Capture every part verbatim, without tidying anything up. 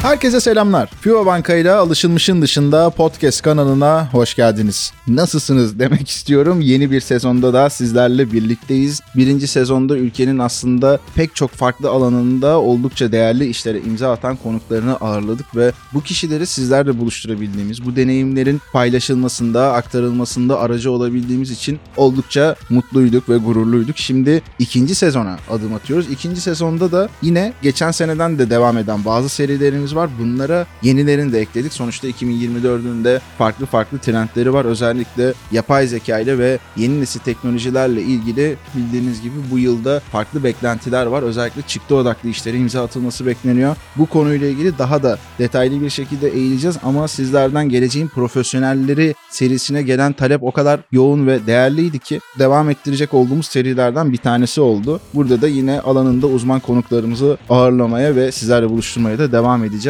Herkese selamlar. FIBA Banka ile alışılmışın dışında podcast kanalına hoş geldiniz. Nasılsınız demek istiyorum. Yeni bir sezonda da sizlerle birlikteyiz. Birinci sezonda ülkenin aslında pek çok farklı alanında oldukça değerli işlere imza atan konuklarını ağırladık ve bu kişileri sizlerle buluşturabildiğimiz, bu deneyimlerin paylaşılmasında, aktarılmasında aracı olabildiğimiz için oldukça mutluyduk ve gururluyduk. Şimdi ikinci sezona adım atıyoruz. İkinci sezonda da yine geçen seneden de devam eden bazı serilerimiz var. Bunlara yenilerini de ekledik. Sonuçta iki bin yirmi dördün de farklı farklı trendleri var. Özellikle yapay zeka ile ve yeni nesil teknolojilerle ilgili bildiğiniz gibi bu yılda farklı beklentiler var. Özellikle çıktı odaklı işlere imza atılması bekleniyor. Bu konuyla ilgili daha da detaylı bir şekilde eğileceğiz ama sizlerden geleceğin profesyonelleri serisine gelen talep o kadar yoğun ve değerliydi ki devam ettirecek olduğumuz serilerden bir tanesi oldu. Burada da yine alanında uzman konuklarımızı ağırlamaya ve sizlerle buluşturmaya da devam edeceğiz.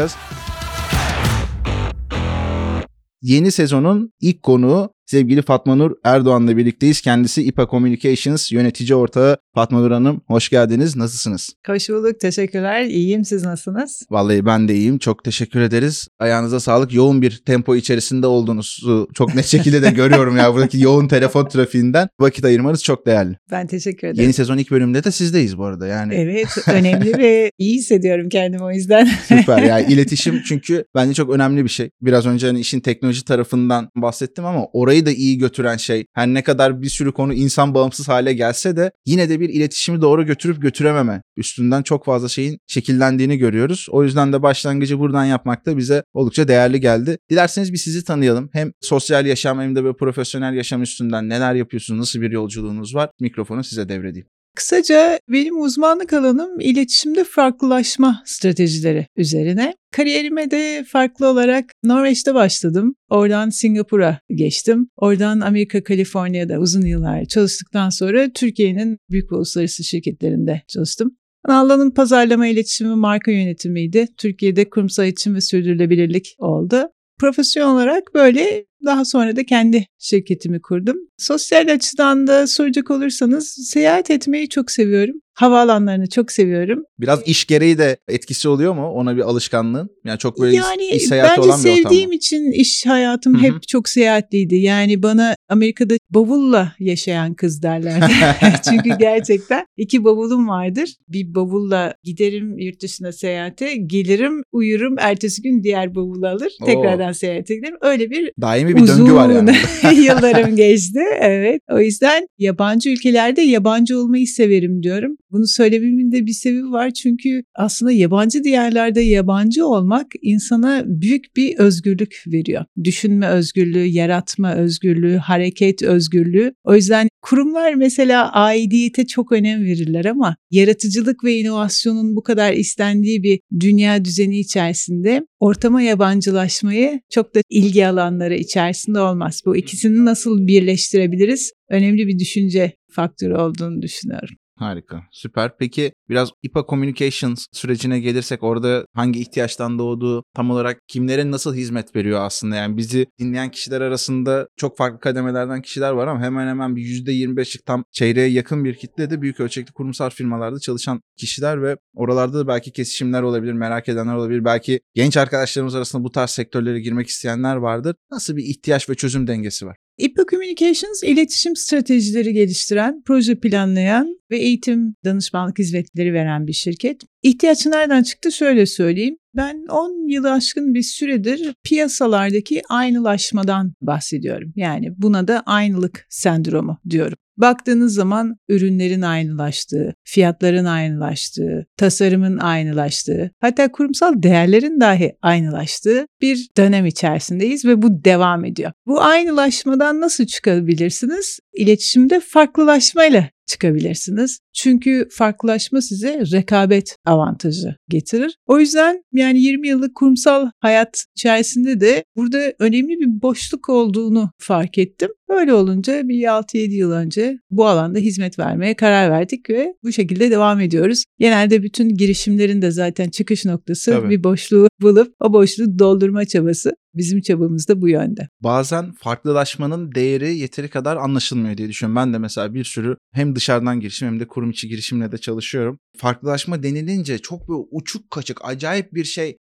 Yeni sezonun ilk konuğu sevgili Fatma Nur Erdoğan'la birlikteyiz. Kendisi İPA Communications yönetici ortağı. Fatma Nur Hanım, hoş geldiniz. Nasılsınız? Hoş bulduk. Teşekkürler. İyiyim. Siz nasılsınız? Vallahi ben de iyiyim. Çok teşekkür ederiz. Ayağınıza sağlık. Yoğun bir tempo içerisinde olduğunuzu çok net şekilde de görüyorum ya. Buradaki yoğun telefon trafiğinden vakit ayırmanız çok değerli. Ben teşekkür ederim. Yeni sezon ilk bölümünde de sizdeyiz bu arada. Yani. Evet. Önemli ve iyi hissediyorum kendimi o yüzden. Süper. Yani iletişim çünkü bence çok önemli bir şey. Biraz önce hani işin teknoloji tarafından bahsettim ama orayı da iyi götüren şey, her ne kadar bir sürü konu insan bağımsız hale gelse de yine de bir iletişimi doğru götürüp götürememe üstünden çok fazla şeyin şekillendiğini görüyoruz. O yüzden de başlangıcı buradan yapmak da bize oldukça değerli geldi. Dilerseniz bir sizi tanıyalım. Hem sosyal yaşam hem de böyle profesyonel yaşam üstünden neler yapıyorsunuz, nasıl bir yolculuğunuz var? Mikrofonu size devredeyim. Kısaca benim uzmanlık alanım iletişimde farklılaşma stratejileri üzerine. Kariyerime de farklı olarak Norveç'te başladım. Oradan Singapur'a geçtim. Oradan Amerika, Kaliforniya'da uzun yıllar çalıştıktan sonra Türkiye'nin büyük uluslararası şirketlerinde çalıştım. Ana alanım pazarlama, iletişimi, marka yönetimiydi. Türkiye'de kurumsal iletişim ve sürdürülebilirlik oldu. Profesyonel olarak böyle daha sonra da kendi şirketimi kurdum. Sosyal açıdan da soracak olursanız seyahat etmeyi çok seviyorum. Havaalanlarını çok seviyorum. Biraz iş gereği de etkisi oluyor mu? Ona bir alışkanlığın. Yani çok böyle yani iş seyahati olan bir ortam mı? Bence sevdiğim için iş hayatım hep çok seyahatliydi. Yani bana Amerika'da bavulla yaşayan kız derlerdi. Çünkü gerçekten iki bavulum vardır. Bir bavulla giderim yurt dışına seyahate, gelirim, uyurum, ertesi gün diğer bavulu alır, Oo. tekrardan seyahate giderim. Öyle bir daimi bir uzun döngü var yani. yıllarım geçti. Evet. O yüzden yabancı ülkelerde yabancı olmayı severim diyorum. Bunu söylememin de bir sebebi var çünkü aslında yabancı diyarlarda yabancı olmak insana büyük bir özgürlük veriyor. Düşünme özgürlüğü, yaratma özgürlüğü, hareket özgürlüğü. O yüzden kurumlar mesela aidiyete çok önem verirler ama yaratıcılık ve inovasyonun bu kadar istendiği bir dünya düzeni içerisinde ortama yabancılaşmayı çok da ilgi alanları içerisinde olmaz. Bu ikisini nasıl birleştirebiliriz? Önemli bir düşünce faktörü olduğunu düşünüyorum. Harika, süper. Peki biraz İPA Communications sürecine gelirsek orada hangi ihtiyaçtan doğduğu, tam olarak kimlere nasıl hizmet veriyor aslında? Yani bizi dinleyen kişiler arasında çok farklı kademelerden kişiler var ama hemen hemen bir yüzde yirmi beşlik tam çeyreğe yakın bir kitle de büyük ölçekli kurumsal firmalarda çalışan kişiler ve oralarda da belki kesişimler olabilir, merak edenler olabilir. Belki genç arkadaşlarımız arasında bu tarz sektörlere girmek isteyenler vardır. Nasıl bir ihtiyaç ve çözüm dengesi var? İPA Communications, iletişim stratejileri geliştiren, proje planlayan ve eğitim danışmanlık hizmetleri veren bir şirket. İhtiyaç nereden çıktı şöyle söyleyeyim. Ben on yılı aşkın bir süredir piyasalardaki aynılaşmadan bahsediyorum. Yani buna da aynılık sendromu diyorum. Baktığınız zaman ürünlerin aynılaştığı, fiyatların aynılaştığı, tasarımın aynılaştığı, hatta kurumsal değerlerin dahi aynılaştığı bir dönem içerisindeyiz ve bu devam ediyor. Bu aynılaşmadan nasıl çıkabilirsiniz? İletişimde farklılaşmayla çıkabilirsiniz. Çünkü farklılaşma size rekabet avantajı getirir. O yüzden yani yirmi yıllık kurumsal hayat içerisinde de burada önemli bir boşluk olduğunu fark ettim. Böyle olunca bir altı yedi yıl önce bu alanda hizmet vermeye karar verdik ve bu şekilde devam ediyoruz. Genelde bütün girişimlerin de zaten çıkış noktası Tabii. bir boşluğu bulup o boşluğu doldurma çabası. Bizim çabamız da bu yönde. Bazen farklılaşmanın değeri yeteri kadar anlaşılmıyor diye düşünüyorum. Ben de mesela bir sürü hem dışarıdan girişim hem de kurum içi girişimle de çalışıyorum. Farklılaşma denilince çok böyle uçuk kaçık acayip bir şey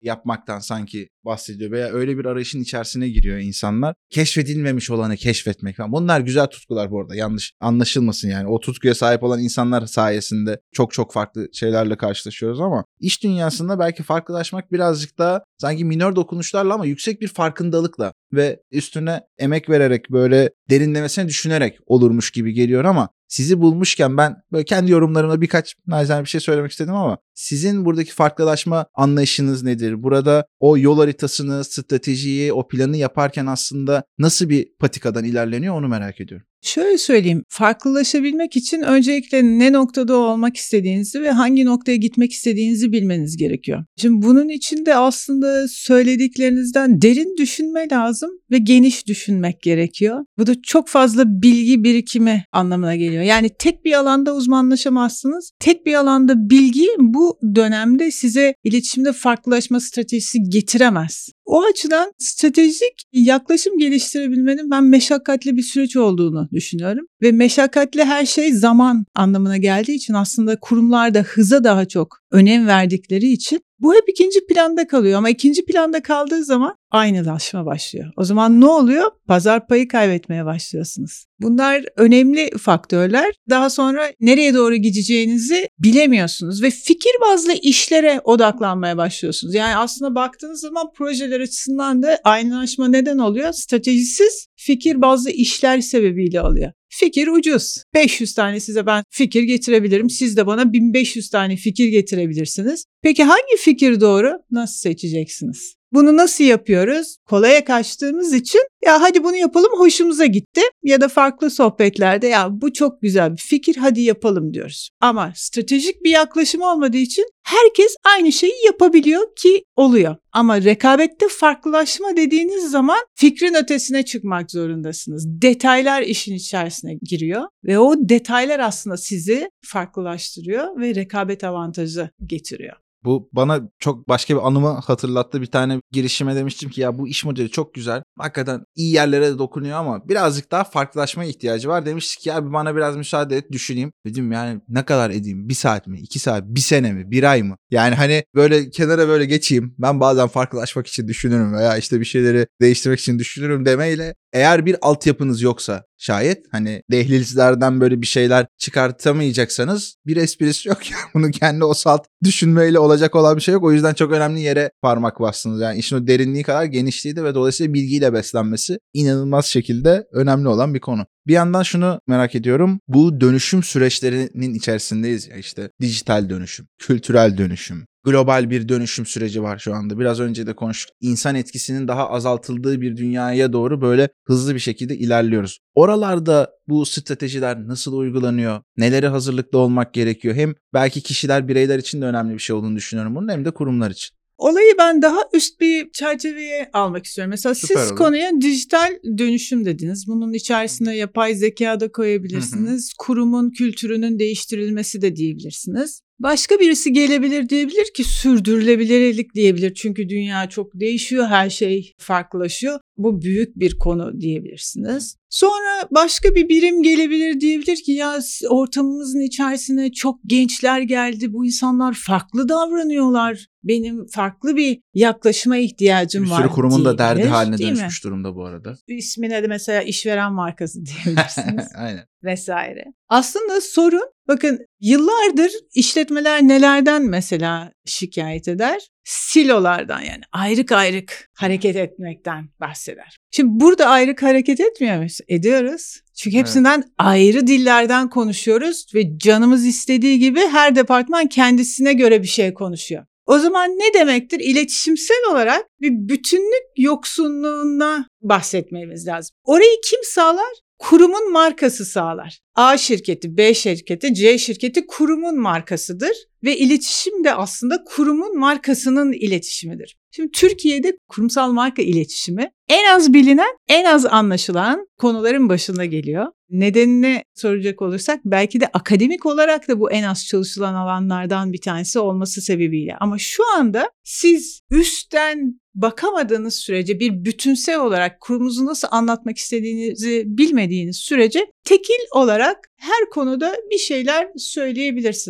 yapmaktan sanki bahsediyor veya öyle bir arayışın içerisine giriyor insanlar. Keşfedilmemiş olanı keşfetmek falan. Bunlar güzel tutkular bu arada. Yanlış anlaşılmasın yani. O tutkuya sahip olan insanlar sayesinde çok çok farklı şeylerle karşılaşıyoruz ama iş dünyasında belki farklılaşmak birazcık daha sanki minör dokunuşlarla ama yüksek bir farkındalıkla ve üstüne emek vererek böyle derinlemesine düşünerek olurmuş gibi geliyor ama sizi bulmuşken ben böyle kendi yorumlarımla birkaç naçizane bir şey söylemek istedim ama sizin buradaki farklılaşma anlayışınız nedir? Burada o yol haritasını, stratejiyi, o planı yaparken aslında nasıl bir patikadan ilerleniyor onu merak ediyorum. Şöyle söyleyeyim, farklılaşabilmek için öncelikle ne noktada olmak istediğinizi ve hangi noktaya gitmek istediğinizi bilmeniz gerekiyor. Şimdi bunun için de aslında söylediklerinizden derin düşünme lazım ve geniş düşünmek gerekiyor. Bu da çok fazla bilgi birikimi anlamına geliyor. Yani tek bir alanda uzmanlaşamazsınız. Tek bir alanda bilgi bu dönemde size iletişimde farklılaşma stratejisi getiremez. O açıdan stratejik yaklaşım geliştirebilmenin ben meşakkatli bir süreç olduğunu düşünüyorum. Ve meşakkatli her şey zaman anlamına geldiği için aslında kurumlarda hıza daha çok önem verdikleri için bu hep ikinci planda kalıyor. Ama ikinci planda kaldığı zaman aynılaşma başlıyor. O zaman ne oluyor? Pazar payı kaybetmeye başlıyorsunuz. Bunlar önemli faktörler. Daha sonra nereye doğru gideceğinizi bilemiyorsunuz ve fikir bazlı işlere odaklanmaya başlıyorsunuz. Yani aslında baktığınız zaman projeler açısından da aynılaşma neden oluyor? Stratejisiz fikir bazlı işler sebebiyle oluyor. Fikir ucuz. beş yüz tane size ben fikir getirebilirim. Siz de bana bin beş yüz tane fikir getirebilirsiniz. Peki hangi fikir doğru? Nasıl seçeceksiniz? Bunu nasıl yapıyoruz? Kolaya kaçtığımız için ya hadi bunu yapalım hoşumuza gitti ya da farklı sohbetlerde ya bu çok güzel bir fikir hadi yapalım diyoruz. Ama stratejik bir yaklaşım olmadığı için herkes aynı şeyi yapabiliyor ki oluyor. Ama rekabette farklılaşma dediğiniz zaman fikrin ötesine çıkmak zorundasınız. Detaylar işin içerisine giriyor ve o detaylar aslında sizi farklılaştırıyor ve rekabet avantajı getiriyor. Bu bana çok başka bir anımı hatırlattı. Bir tane girişime demiştim ki ya bu iş modeli çok güzel. Hakikaten iyi yerlere de dokunuyor ama birazcık daha farklılaşmaya ihtiyacı var. Demiştik ki abi bana biraz müsaade et düşüneyim. Dedim yani ne kadar edeyim? Bir saat mi? iki saat? Bir sene mi? Bir ay mı? Yani hani böyle kenara böyle geçeyim. Ben bazen farklılaşmak için düşünürüm veya işte bir şeyleri değiştirmek için düşünürüm demeyle eğer bir altyapınız yoksa şayet hani dehlizlerden böyle bir şeyler çıkartamayacaksanız bir esprisi yok ya. Bunu kendi o salt düşünmeyle olacak olan bir şey yok. O yüzden çok önemli yere parmak bastınız. Yani işin o derinliği kadar genişliği de ve dolayısıyla bilgiyle beslenmesi inanılmaz şekilde önemli olan bir konu. Bir yandan şunu merak ediyorum. Bu dönüşüm süreçlerinin içerisindeyiz ya işte dijital dönüşüm, kültürel dönüşüm, global bir dönüşüm süreci var şu anda. Biraz önce de konuştuk. İnsan etkisinin daha azaltıldığı bir dünyaya doğru böyle hızlı bir şekilde ilerliyoruz. Oralarda bu stratejiler nasıl uygulanıyor? Nelere hazırlıklı olmak gerekiyor? Hem belki kişiler, bireyler için de önemli bir şey olduğunu düşünüyorum bunun hem de kurumlar için. Olayı ben daha üst bir çerçeveye almak istiyorum. Mesela Süper siz olur. konuya dijital dönüşüm dediniz. Bunun içerisine yapay zeka da koyabilirsiniz. Hı hı. Kurumun kültürünün değiştirilmesi de diyebilirsiniz. Başka birisi gelebilir diyebilir ki sürdürülebilirlik diyebilir. Çünkü dünya çok değişiyor, her şey farklılaşıyor. Bu büyük bir konu diyebilirsiniz. Sonra başka bir birim gelebilir diyebilir ki ya ortamımızın içerisine çok gençler geldi. Bu insanlar farklı davranıyorlar. Benim farklı bir yaklaşıma ihtiyacım var. Bir sürü kurumun da derdi haline değil dönüşmüş mi? durumda bu arada. İsmine de mesela işveren markası diyebilirsiniz. Aynen. Vesaire. Aslında sorun bakın yıllardır işletmeler nelerden mesela şikayet eder? Silolardan yani ayrık ayrık hareket etmekten bahseder. Şimdi burada ayrık hareket etmiyor muyuz? Ediyoruz. Çünkü hepsinden evet. ayrı dillerden konuşuyoruz ve canımız istediği gibi her departman kendisine göre bir şey konuşuyor. O zaman ne demektir? İletişimsel olarak bir bütünlük yoksunluğuna bahsetmemiz lazım. Orayı kim sağlar? Kurumun markası sağlar. A şirketi, B şirketi, C şirketi kurumun markasıdır ve iletişim de aslında kurumun markasının iletişimidir. Şimdi Türkiye'de kurumsal marka iletişimi en az bilinen, en az anlaşılan konuların başında geliyor. Nedenini soracak olursak belki de akademik olarak da bu en az çalışılan alanlardan bir tanesi olması sebebiyle. Ama şu anda siz üstten bakamadığınız sürece bir bütünsel olarak kurumunuzu nasıl anlatmak istediğinizi bilmediğiniz sürece tekil olarak her konuda bir şeyler söyleyebilirsiniz.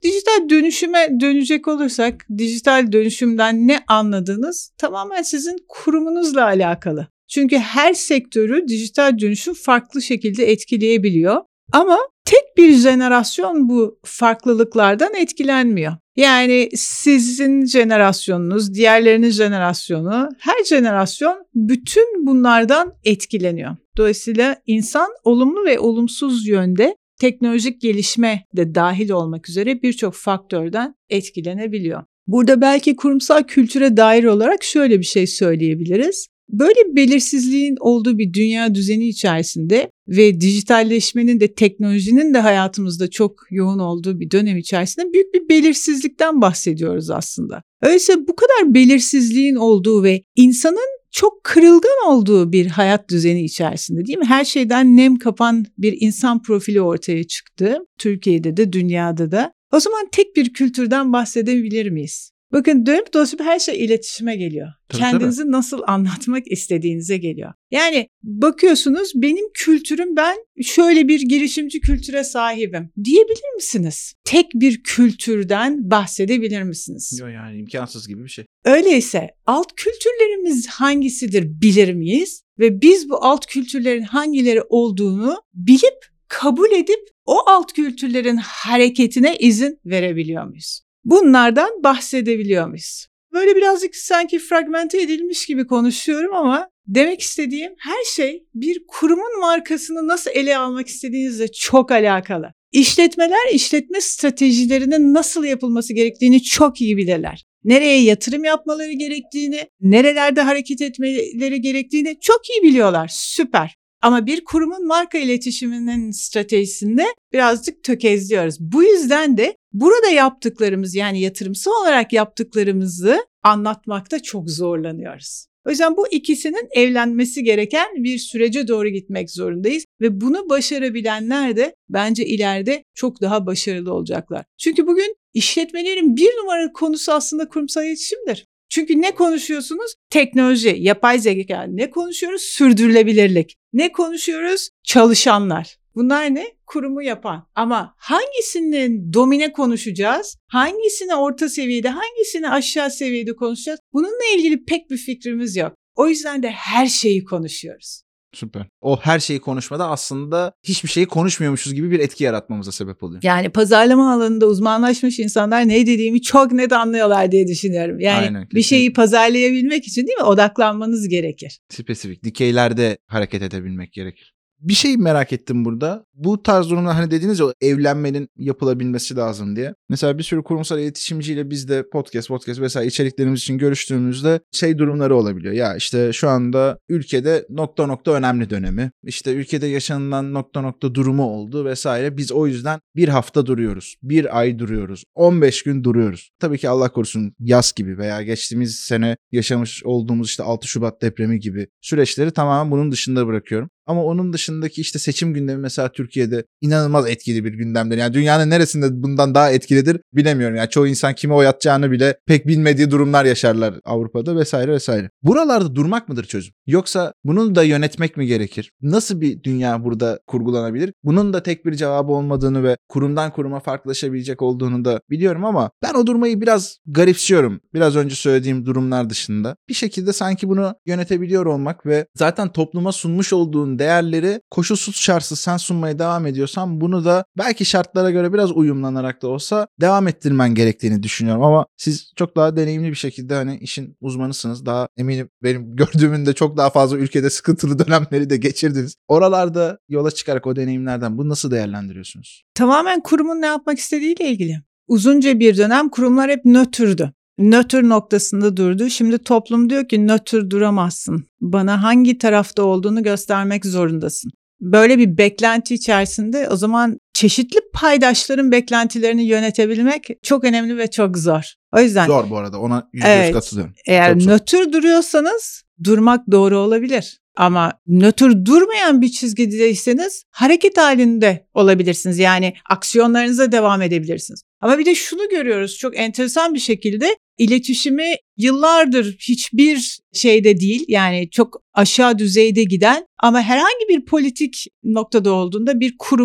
Dijital dönüşüme dönecek olursak, dijital dönüşümden ne anladınız? Tamamen sizin kurumunuzla alakalı. Çünkü her sektörü dijital dönüşüm farklı şekilde etkileyebiliyor. Ama tek bir jenerasyon bu farklılıklardan etkilenmiyor. Yani sizin jenerasyonunuz, diğerlerinin jenerasyonu, her jenerasyon bütün bunlardan etkileniyor. Dolayısıyla insan olumlu ve olumsuz yönde teknolojik gelişme de dahil olmak üzere birçok faktörden etkilenebiliyor. Burada belki kurumsal kültüre dair olarak şöyle bir şey söyleyebiliriz. Böyle belirsizliğin olduğu bir dünya düzeni içerisinde ve dijitalleşmenin de teknolojinin de hayatımızda çok yoğun olduğu bir dönem içerisinde büyük bir belirsizlikten bahsediyoruz aslında. Öyleyse bu kadar belirsizliğin olduğu ve insanın çok kırılgan olduğu bir hayat düzeni içerisinde, değil mi? Her şeyden nem kapan bir insan profili ortaya çıktı. Türkiye'de de dünyada da. O zaman tek bir kültürden bahsedebilir miyiz? Bakın dönüp dolaşıp her şey iletişime geliyor. Tabii, Kendinizi tabii. nasıl anlatmak istediğinize geliyor. Yani bakıyorsunuz benim kültürüm, ben şöyle bir girişimci kültüre sahibim diyebilir misiniz? Tek bir kültürden bahsedebilir misiniz? Yok yani imkansız gibi bir şey. Öyleyse alt kültürlerimiz hangisidir bilir miyiz? Ve biz bu alt kültürlerin hangileri olduğunu bilip kabul edip o alt kültürlerin hareketine izin verebiliyor muyuz? Bunlardan bahsedebiliyor muyuz? Böyle birazcık sanki fragmente edilmiş gibi konuşuyorum ama demek istediğim her şey bir kurumun markasını nasıl ele almak istediğinizle çok alakalı. İşletmeler işletme stratejilerinin nasıl yapılması gerektiğini çok iyi bilirler. Nereye yatırım yapmaları gerektiğini, nerelerde hareket etmeleri gerektiğini çok iyi biliyorlar. Süper. Ama bir kurumun marka iletişiminin stratejisinde birazcık tökezliyoruz. Bu yüzden de burada yaptıklarımız, yani yatırımsal olarak yaptıklarımızı anlatmakta çok zorlanıyoruz. O yüzden bu ikisinin evlenmesi gereken bir sürece doğru gitmek zorundayız ve bunu başarabilenler de bence ileride çok daha başarılı olacaklar. Çünkü bugün işletmelerin bir numaralı konusu aslında kurumsal iletişimdir. Çünkü ne konuşuyorsunuz? Teknoloji, yapay zeka. Ne konuşuyoruz? Sürdürülebilirlik. Ne konuşuyoruz? Çalışanlar. Bunlar ne? Kurumu yapan. Ama hangisinin domine konuşacağız? Hangisini orta seviyede, hangisini aşağı seviyede konuşacağız? Bununla ilgili pek bir fikrimiz yok. O yüzden de her şeyi konuşuyoruz. Süper. O her şeyi konuşmada aslında hiçbir şeyi konuşmuyormuşuz gibi bir etki yaratmamıza sebep oluyor. Yani pazarlama alanında uzmanlaşmış insanlar ne dediğimi çok net anlıyorlar diye düşünüyorum. Yani Aynen, bir şeyi pazarlayabilmek için, değil mi? Odaklanmanız gerekir. Spesifik, dikeylerde hareket edebilmek gerekir. Bir şey merak ettim burada. Bu tarz durumda hani dediniz ya, evlenmenin yapılabilmesi lazım diye. Mesela bir sürü kurumsal iletişimciyle biz de podcast, podcast vesaire içeriklerimiz için görüştüğümüzde şey durumları olabiliyor. Ya işte şu anda ülkede nokta nokta önemli dönemi. İşte ülkede yaşanılan nokta nokta durumu oldu vesaire. Biz o yüzden bir hafta duruyoruz. Bir ay duruyoruz. on beş gün duruyoruz. Tabii ki Allah korusun yaz gibi veya geçtiğimiz sene yaşamış olduğumuz işte altı Şubat depremi gibi süreçleri tamamen bunun dışında bırakıyorum. Ama onun dışındaki işte seçim gündemi mesela Türkiye'de inanılmaz etkili bir gündemdir. Yani dünyanın neresinde bundan daha etkilidir bilemiyorum. Yani çoğu insan kime oy atacağını bile pek bilmediği durumlar yaşarlar Avrupa'da vesaire vesaire. Buralarda durmak mıdır çözüm? Yoksa bunu da yönetmek mi gerekir? Nasıl bir dünya burada kurgulanabilir? Bunun da tek bir cevabı olmadığını ve kurumdan kuruma farklılaşabilecek olduğunu da biliyorum ama ben o durmayı biraz garipsiyorum. Biraz önce söylediğim durumlar dışında. Bir şekilde sanki bunu yönetebiliyor olmak ve zaten topluma sunmuş olduğun değerleri koşulsuz şartsız sen sunmaya devam ediyorsan bunu da belki şartlara göre biraz uyumlanarak da olsa devam ettirmen gerektiğini düşünüyorum ama siz çok daha deneyimli bir şekilde hani işin uzmanısınız. Daha eminim benim gördüğümün de çok daha fazla ülkede sıkıntılı dönemleri de geçirdiniz. Oralarda yola çıkarak o deneyimlerden bunu nasıl değerlendiriyorsunuz? Tamamen kurumun ne yapmak istediğiyle ilgili. Uzunca bir dönem kurumlar hep nötrdü. Nötr noktasında durdu. Şimdi toplum diyor ki nötr duramazsın. Bana hangi tarafta olduğunu göstermek zorundasın. Böyle bir beklenti içerisinde o zaman çeşitli paydaşların beklentilerini yönetebilmek çok önemli ve çok zor. O yüzden zor bu arada, ona yüzde yüz evet, katılıyorum. Eğer Çok nötr duruyorsanız durmak doğru olabilir. Ama nötr durmayan bir çizgideyseniz hareket halinde olabilirsiniz. Yani aksiyonlarınıza devam edebilirsiniz. Ama bir de şunu görüyoruz çok enteresan bir şekilde, iletişimi yıllardır hiçbir şeyde değil, yani çok aşağı düzeyde giden ama herhangi bir politik noktada olduğunda bir kurumun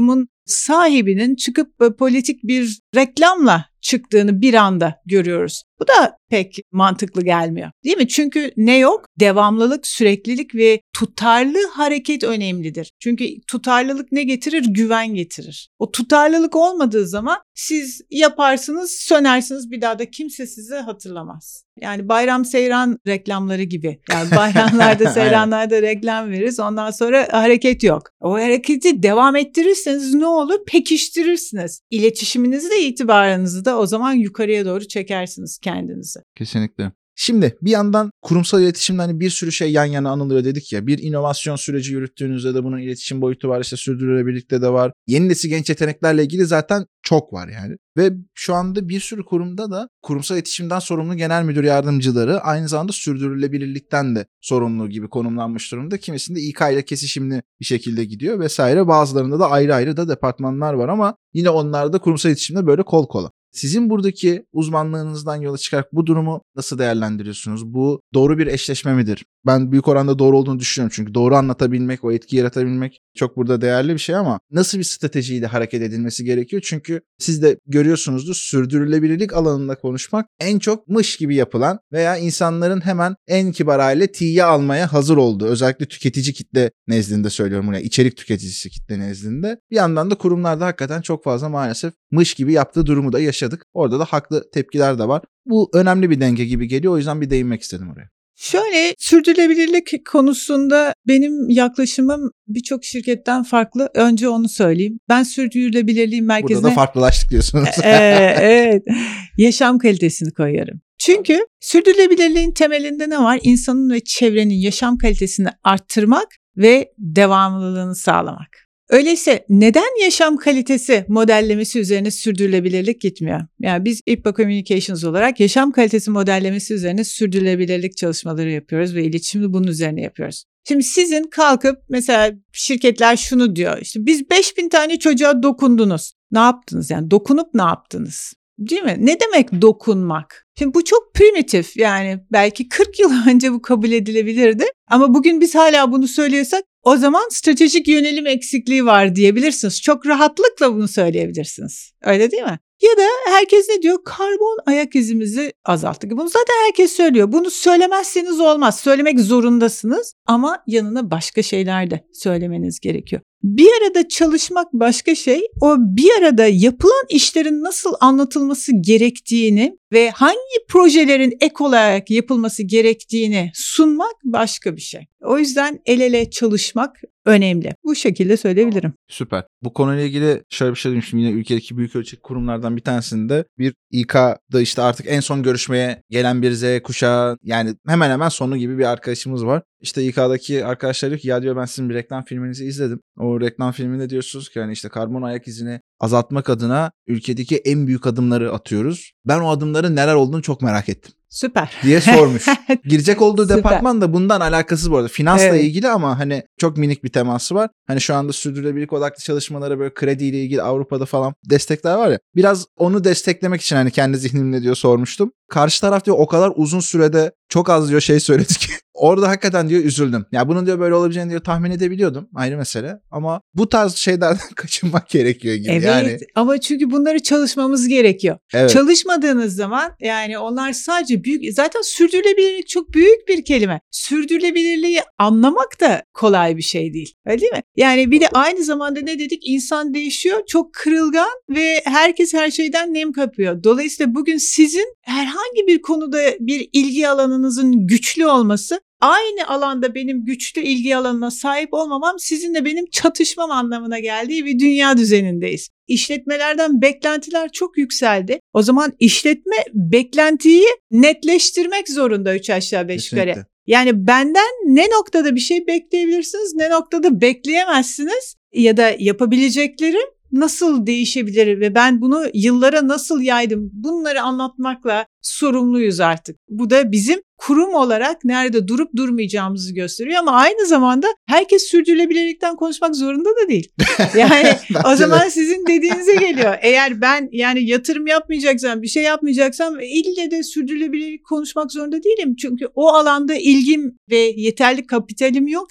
sahibinin çıkıp politik bir reklamla çıktığını bir anda görüyoruz. Bu da pek mantıklı gelmiyor. Değil mi? Çünkü ne yok? Devamlılık, süreklilik ve tutarlı hareket önemlidir. Çünkü tutarlılık ne getirir? Güven getirir. O tutarlılık olmadığı zaman siz yaparsınız, sönersiniz, bir daha da kimse sizi hatırlamaz. Yani bayram seyran reklamları gibi. Yani bayramlarda, seyranlarda reklam veririz. Ondan sonra hareket yok. O hareketi devam ettirirseniz ne olur? Pekiştirirsiniz. İletişiminizi de itibarınızı da o zaman yukarıya doğru çekersiniz kendinizi. Kesinlikle. Şimdi bir yandan kurumsal iletişimde hani bir sürü şey yan yana anılıyor dedik ya. Bir inovasyon süreci yürüttüğünüzde de bunun iletişim boyutu var. İşte sürdürülebilirlikte de var. Yeni nesil genç yeteneklerle ilgili zaten çok var yani. Ve şu anda bir sürü kurumda da kurumsal iletişimden sorumlu genel müdür yardımcıları aynı zamanda sürdürülebilirlikten de sorumlu gibi konumlanmış durumda. Kimisinde İK ile kesişimli bir şekilde gidiyor vesaire. Bazılarında da ayrı ayrı da departmanlar var ama yine onlar da kurumsal iletişimde böyle kol kola. Sizin buradaki uzmanlığınızdan yola çıkarak bu durumu nasıl değerlendiriyorsunuz? Bu doğru bir eşleşme midir? Ben büyük oranda doğru olduğunu düşünüyorum. Çünkü doğru anlatabilmek, o etki yaratabilmek çok burada değerli bir şey ama nasıl bir stratejiyle hareket edilmesi gerekiyor? Çünkü siz de görüyorsunuzdur, sürdürülebilirlik alanında konuşmak en çok mış gibi yapılan veya insanların hemen en kibar haliyle tiye almaya hazır olduğu, özellikle tüketici kitle nezdinde söylüyorum bunu, yani içerik tüketicisi kitle nezdinde. Bir yandan da kurumlarda hakikaten çok fazla maalesef mış gibi yaptığı durumu da yaşadık. Orada da haklı tepkiler de var. Bu önemli bir denge gibi geliyor. O yüzden bir değinmek istedim oraya. Şöyle, sürdürülebilirlik konusunda benim yaklaşımım birçok şirketten farklı. Önce onu söyleyeyim. Ben sürdürülebilirliğin merkezine... Burada da farklılaştık diyorsunuz. e, evet. Yaşam kalitesini koyarım. Çünkü sürdürülebilirliğin temelinde ne var? İnsanın ve çevrenin yaşam kalitesini arttırmak ve devamlılığını sağlamak. Öyleyse neden yaşam kalitesi modellemesi üzerine sürdürülebilirlik gitmiyor? Yani biz İPBA Communications olarak yaşam kalitesi modellemesi üzerine sürdürülebilirlik çalışmaları yapıyoruz ve iletişimi bunun üzerine yapıyoruz. Şimdi sizin kalkıp mesela şirketler şunu diyor, işte biz beş bin tane çocuğa dokundunuz. Ne yaptınız yani? Dokunup ne yaptınız? Değil mi? Ne demek dokunmak? Şimdi bu çok primitif, yani belki kırk yıl önce bu kabul edilebilirdi ama bugün biz hala bunu söylüyorsak o zaman stratejik yönelim eksikliği var diyebilirsiniz. Çok rahatlıkla bunu söyleyebilirsiniz. Öyle değil mi? Ya da herkes ne diyor? Karbon ayak izimizi azalttık. Bunu zaten herkes söylüyor. Bunu söylemezseniz olmaz. Söylemek zorundasınız ama yanına başka şeyler de söylemeniz gerekiyor. Bir arada çalışmak başka şey. O bir arada yapılan işlerin nasıl anlatılması gerektiğini ve hangi projelerin ek olarak yapılması gerektiğini sunmak başka bir şey. O yüzden el ele çalışmak önemli. Bu şekilde söyleyebilirim. Süper. Bu konuyla ilgili şöyle bir şey demiştim. Yine ülkedeki büyük ölçekli kurumlardan bir tanesinde bir İK'da işte artık en son görüşmeye gelen bir Z kuşağı, yani hemen hemen sonu gibi bir arkadaşımız var. İşte İK'daki arkadaşlar diyor ki ya diyor ben sizin bir reklam filminizi izledim. O reklam filminde diyorsunuz ki yani işte karbon ayak izini azaltmak adına ülkedeki en büyük adımları atıyoruz. Ben o adımların neler olduğunu çok merak ettim. Süper. Diye sormuş. Girecek olduğu Süper. departman da bundan alakasız bu arada. Finansla Evet. ilgili ama hani çok minik bir teması var. Hani şu anda sürdürülebilirlik odaklı çalışmalara böyle krediyle ilgili Avrupa'da falan destekler var ya. Biraz onu desteklemek için hani kendi zihnimle diyor sormuştum. Karşı taraf diyor o kadar uzun sürede çok az diyor şey söyledi ki. Orada hakikaten diyor üzüldüm. Ya bunun diyor böyle olabileceğini diyor tahmin edebiliyordum. Ayrı mesele. Ama bu tarz şeylerden kaçınmak gerekiyor gibi. Evet yani. Ama çünkü bunları çalışmamız gerekiyor. Evet. Çalışmadığınız zaman yani onlar sadece büyük, zaten sürdürülebilirlik çok büyük bir kelime. Sürdürülebilirliği anlamak da kolay bir şey değil. Öyle değil mi? Yani bir de aynı zamanda ne dedik? İnsan değişiyor, çok kırılgan ve herkes her şeyden nem kapıyor. Dolayısıyla bugün sizin herhangi bir konuda bir ilgi alanınızın güçlü olması, aynı alanda benim güçlü ilgi alanına sahip olmamam sizinle benim çatışmam anlamına geldiği bir dünya düzenindeyiz. İşletmelerden beklentiler çok yükseldi. O zaman işletme beklentiyi netleştirmek zorunda üç aşağı beş yukarı. Kesinlikle. Yani benden ne noktada bir şey bekleyebilirsiniz, ne noktada bekleyemezsiniz ya da yapabileceklerim nasıl değişebilir ve ben bunu yıllara nasıl yaydım, bunları anlatmakla sorumluyuz artık. Bu da bizim kurum olarak nerede durup durmayacağımızı gösteriyor ama aynı zamanda herkes sürdürülebilirlikten konuşmak zorunda da değil. Yani o zaman sizin dediğinize geliyor. Eğer ben yani yatırım yapmayacaksam, bir şey yapmayacaksam ille de sürdürülebilirlik konuşmak zorunda değilim. Çünkü o alanda ilgim ve yeterli kapitalim yoksa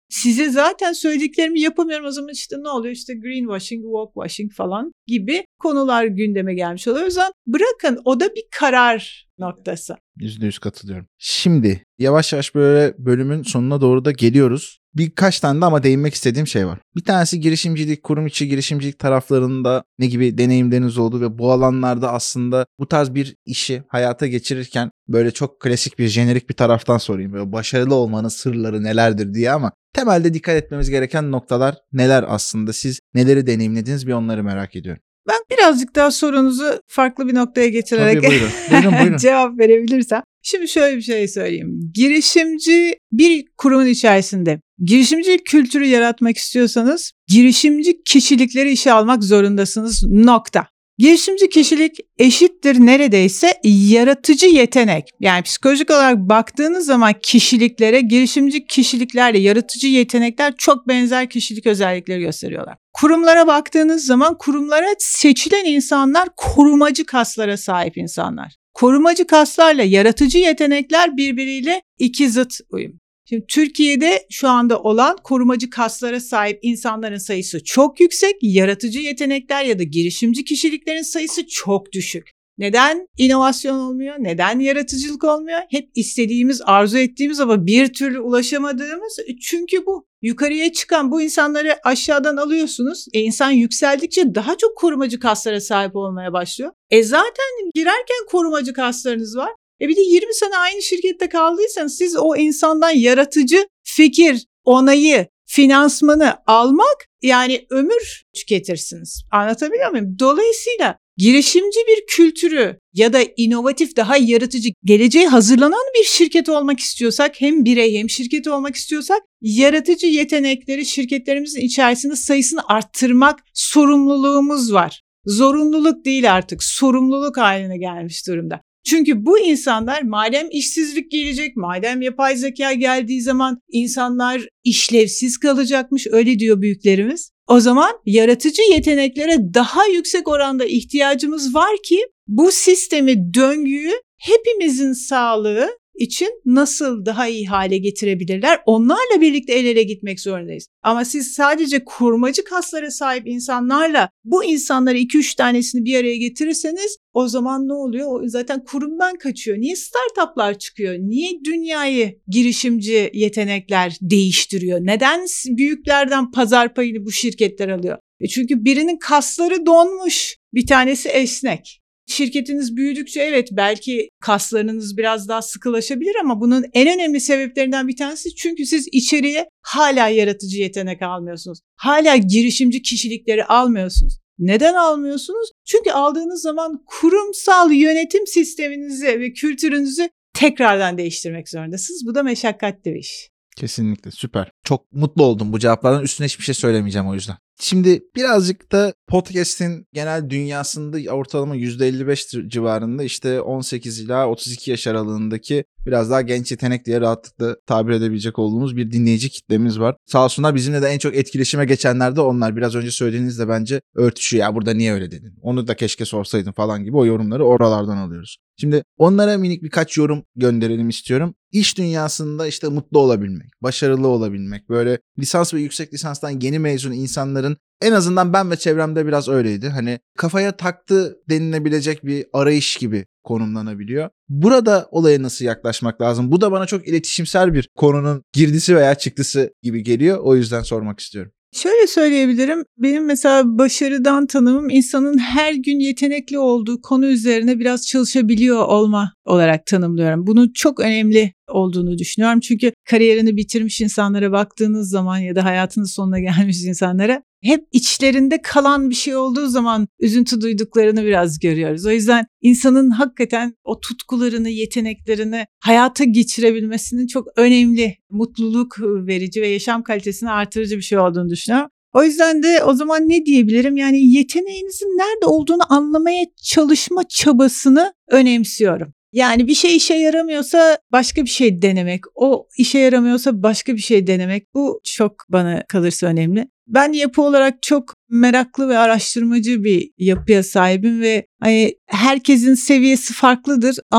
size zaten söylediklerimi yapamıyorum, o zaman işte ne oluyor, işte greenwashing, walkwashing falan gibi konular gündeme gelmiş oluyor. O yüzden bırakın, o da bir karar noktası. yüzde yüz katılıyorum. Şimdi yavaş yavaş böyle bölümün sonuna doğru da geliyoruz. Birkaç tane de ama değinmek istediğim şey var. Bir tanesi girişimcilik, kurum içi girişimcilik taraflarında ne gibi deneyimleriniz oldu ve bu alanlarda aslında bu tarz bir işi hayata geçirirken böyle çok klasik bir jenerik bir taraftan sorayım. Böyle başarılı olmanın sırları nelerdir diye, ama temelde dikkat etmemiz gereken noktalar neler aslında? Siz neleri deneyimlediniz, bir onları merak ediyorum. Ben birazcık daha sorunuzu farklı bir noktaya getirerek Tabii, buyurun. Buyurun, buyurun. cevap verebilirsem. Şimdi şöyle bir şey söyleyeyim. Girişimci bir kurumun içerisinde girişimcilik kültürü yaratmak istiyorsanız girişimci kişilikleri işe almak zorundasınız. Nokta. Girişimci kişilik eşittir neredeyse yaratıcı yetenek. Yani psikolojik olarak baktığınız zaman kişiliklere, girişimci kişiliklerle yaratıcı yetenekler çok benzer kişilik özellikleri gösteriyorlar. Kurumlara baktığınız zaman kurumlara seçilen insanlar korumacı kaslara sahip insanlar. Korumacı kaslarla yaratıcı yetenekler birbiriyle iki zıt uyum. Şimdi Türkiye'de şu anda olan korumacı kaslara sahip insanların sayısı çok yüksek, yaratıcı yetenekler ya da girişimci kişiliklerin sayısı çok düşük. Neden inovasyon olmuyor? Neden yaratıcılık olmuyor? Hep istediğimiz, arzu ettiğimiz ama bir türlü ulaşamadığımız. Çünkü bu yukarıya çıkan bu insanları aşağıdan alıyorsunuz. E insan yükseldikçe daha çok korumacı kaslara sahip olmaya başlıyor. E zaten girerken korumacı kaslarınız var. E bir de yirmi sene aynı şirkette kaldıysanız siz o insandan yaratıcı fikir, onayı, finansmanı almak, yani ömür tüketirsiniz. Anlatabiliyor muyum? Dolayısıyla girişimci bir kültürü ya da inovatif, daha yaratıcı, geleceğe hazırlanan bir şirket olmak istiyorsak, hem birey hem şirket olmak istiyorsak, yaratıcı yetenekleri şirketlerimizin içerisinde sayısını arttırmak sorumluluğumuz var. Zorunluluk değil, artık sorumluluk haline gelmiş durumda. Çünkü bu insanlar, madem işsizlik gelecek, madem yapay zeka geldiği zaman insanlar işlevsiz kalacakmış, öyle diyor büyüklerimiz. O zaman yaratıcı yeteneklere daha yüksek oranda ihtiyacımız var ki bu sistemi, döngüyü hepimizin sağlığı için nasıl daha iyi hale getirebilirler? Onlarla birlikte el ele gitmek zorundayız. Ama siz sadece kurmacı kaslara sahip insanlarla bu insanları iki üç tanesini bir araya getirirseniz o zaman ne oluyor? O zaten kurumdan kaçıyor. Niye startuplar çıkıyor? Niye dünyayı girişimci yetenekler değiştiriyor? Neden büyüklerden pazar payını bu şirketler alıyor? E çünkü birinin kasları donmuş, bir tanesi esnek. Şirketiniz büyüdükçe evet belki kaslarınız biraz daha sıkılaşabilir ama bunun en önemli sebeplerinden bir tanesi çünkü siz içeriye hala yaratıcı yetenek almıyorsunuz. Hala girişimci kişilikleri almıyorsunuz. Neden almıyorsunuz? Çünkü aldığınız zaman kurumsal yönetim sisteminizi ve kültürünüzü tekrardan değiştirmek zorundasınız. Bu da meşakkatli bir iş. Kesinlikle, süper. Çok mutlu oldum bu cevaplardan. Üstüne hiçbir şey söylemeyeceğim o yüzden. Şimdi birazcık da podcast'in genel dünyasında ortalama yüzde elli beş civarında işte on sekiz ila otuz iki yaş aralığındaki biraz daha genç yetenek diye rahatlıkla tabir edebilecek olduğumuz bir dinleyici kitlemiz var. Sağ olsunlar, bizimle de en çok etkileşime geçenler de onlar. Biraz önce söylediğinizde bence örtüşüyor. Ya burada niye öyle dedin? Onu da keşke sorsaydın falan gibi o yorumları oralardan alıyoruz. Şimdi onlara minik birkaç yorum gönderelim istiyorum. İş dünyasında işte mutlu olabilmek, başarılı olabilmek, böyle lisans ve yüksek lisanstan yeni mezun insanların, en azından ben ve çevremde biraz öyleydi. Hani kafaya taktı denilebilecek bir arayış gibi konumlanabiliyor. Burada olaya nasıl yaklaşmak lazım? Bu da bana çok iletişimsel bir konunun girdisi veya çıktısı gibi geliyor. O yüzden sormak istiyorum. Şöyle söyleyebilirim. Benim mesela başarıdan tanımım insanın her gün yetenekli olduğu konu üzerine biraz çalışabiliyor olma olarak tanımlıyorum. Bunun çok önemli olduğunu düşünüyorum. Çünkü kariyerini bitirmiş insanlara baktığınız zaman ya da hayatının sonuna gelmiş insanlara hep içlerinde kalan bir şey olduğu zaman üzüntü duyduklarını biraz görüyoruz. O yüzden insanın hakikaten o tutkularını, yeteneklerini hayata geçirebilmesinin çok önemli, mutluluk verici ve yaşam kalitesini artırıcı bir şey olduğunu düşünüyorum. O yüzden de o zaman ne diyebilirim? Yani yeteneğinizin nerede olduğunu anlamaya çalışma çabasını önemsiyorum. Yani bir şey işe yaramıyorsa başka bir şey denemek, o işe yaramıyorsa başka bir şey denemek, bu çok bana kalırsa önemli. Ben yapı olarak çok meraklı ve araştırmacı bir yapıya sahibim ve hani herkesin seviyesi farklıdır ama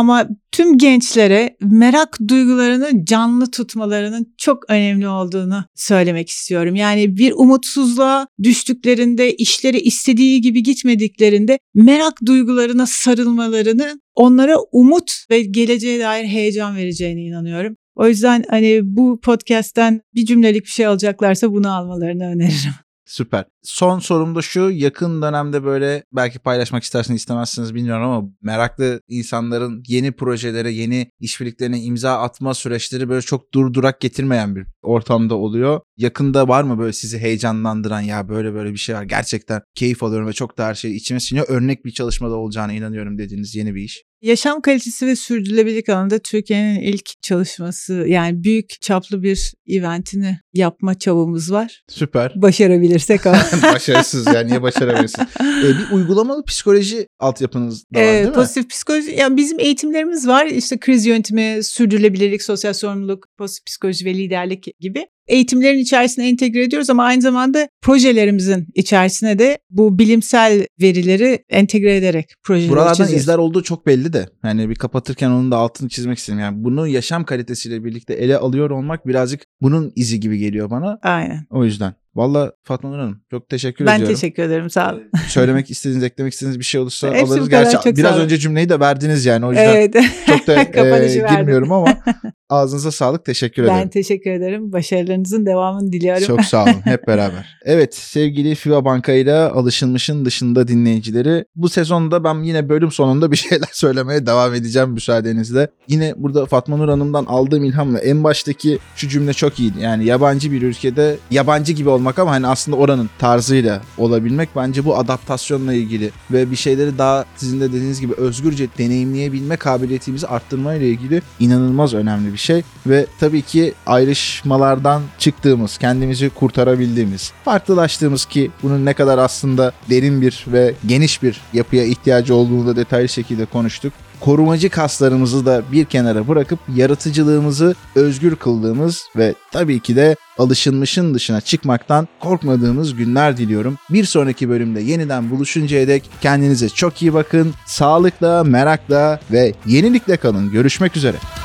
tüm gençlere merak duygularını canlı tutmalarının çok önemli olduğunu söylemek istiyorum. Yani bir umutsuzluğa düştüklerinde, işleri istediği gibi gitmediklerinde merak duygularına sarılmalarını, onlara umut ve geleceğe dair heyecan vereceğine inanıyorum. O yüzden hani bu podcast'ten bir cümlelik bir şey alacaklarsa bunu almalarını öneririm. Süper. Son sorum da şu, yakın dönemde böyle belki paylaşmak istersiniz istemezsiniz bilmiyorum ama meraklı insanların yeni projelere, yeni işbirliklerine imza atma süreçleri böyle çok durdurak getirmeyen bir ortamda oluyor. Yakında var mı böyle sizi heyecanlandıran, ya böyle böyle bir şey var, gerçekten keyif alıyorum ve çok da her şey içime siniyor, örnek bir çalışmada olacağına inanıyorum dediğiniz yeni bir iş? Yaşam kalitesi ve sürdürülebilirlik alanında Türkiye'nin ilk çalışması, yani büyük çaplı bir eventini yapma çabamız var. Süper. Başarabilirsek ama. Başarısız yani, niye başarabilirsin? Ee, bir uygulamalı psikoloji altyapınız da var Evet, değil mi? pozitif psikoloji, yani bizim eğitimlerimiz var. İşte kriz yönetimi, sürdürülebilirlik, sosyal sorumluluk, pozitif psikoloji ve liderlik gibi eğitimlerin içerisine entegre ediyoruz ama aynı zamanda projelerimizin içerisine de bu bilimsel verileri entegre ederek projeleri Buralardan çiziyoruz. izler olduğu çok belli de. Yani bir kapatırken onun da altını çizmek istedim. Yani bunu yaşam kalitesiyle birlikte ele alıyor olmak birazcık bunun izi gibi geliyor bana. Aynen. O yüzden. Valla Fatma Nur Hanım çok teşekkür Ben ediyorum. Ben teşekkür ederim, sağ olun. Söylemek istediğiniz, eklemek istediğiniz bir şey olursa Hepsi bu alırız. kadar, Gerçi çok biraz sağ olun. önce cümleyi de verdiniz yani, o yüzden Evet. çok da e, Kapanışı verdim. girmiyorum ama ağzınıza sağlık, teşekkür Ben ederim. teşekkür ederim. Başarılarınızın devamını diliyorum. Çok sağ olun, hep beraber. Evet, sevgili FİBA Banka ile alışılmışın dışında dinleyicileri, bu sezonda ben yine bölüm sonunda bir şeyler söylemeye devam edeceğim müsaadenizle. Yine burada Fatma Nur Hanım'dan aldığım ilhamla en baştaki şu cümle çok iyiydi. Yani yabancı bir ülkede yabancı gibi olmak ama hani aslında oranın tarzıyla olabilmek, bence bu adaptasyonla ilgili ve bir şeyleri daha sizin de dediğiniz gibi özgürce deneyimleyebilme kabiliyetimizi arttırmayla ilgili inanılmaz önemli bir şey. Ve tabii ki ayrışmalardan çıktığımız, kendimizi kurtarabildiğimiz, farklılaştığımız, ki bunun ne kadar aslında derin bir ve geniş bir yapıya ihtiyacı olduğunu da detaylı şekilde konuştuk. Korumacı kaslarımızı da bir kenara bırakıp yaratıcılığımızı özgür kıldığımız ve tabii ki de alışılmışın dışına çıkmaktan korkmadığımız günler diliyorum. Bir sonraki bölümde yeniden buluşuncaya dek kendinize çok iyi bakın. Sağlıkla, merakla ve yenilikle kalın. Görüşmek üzere.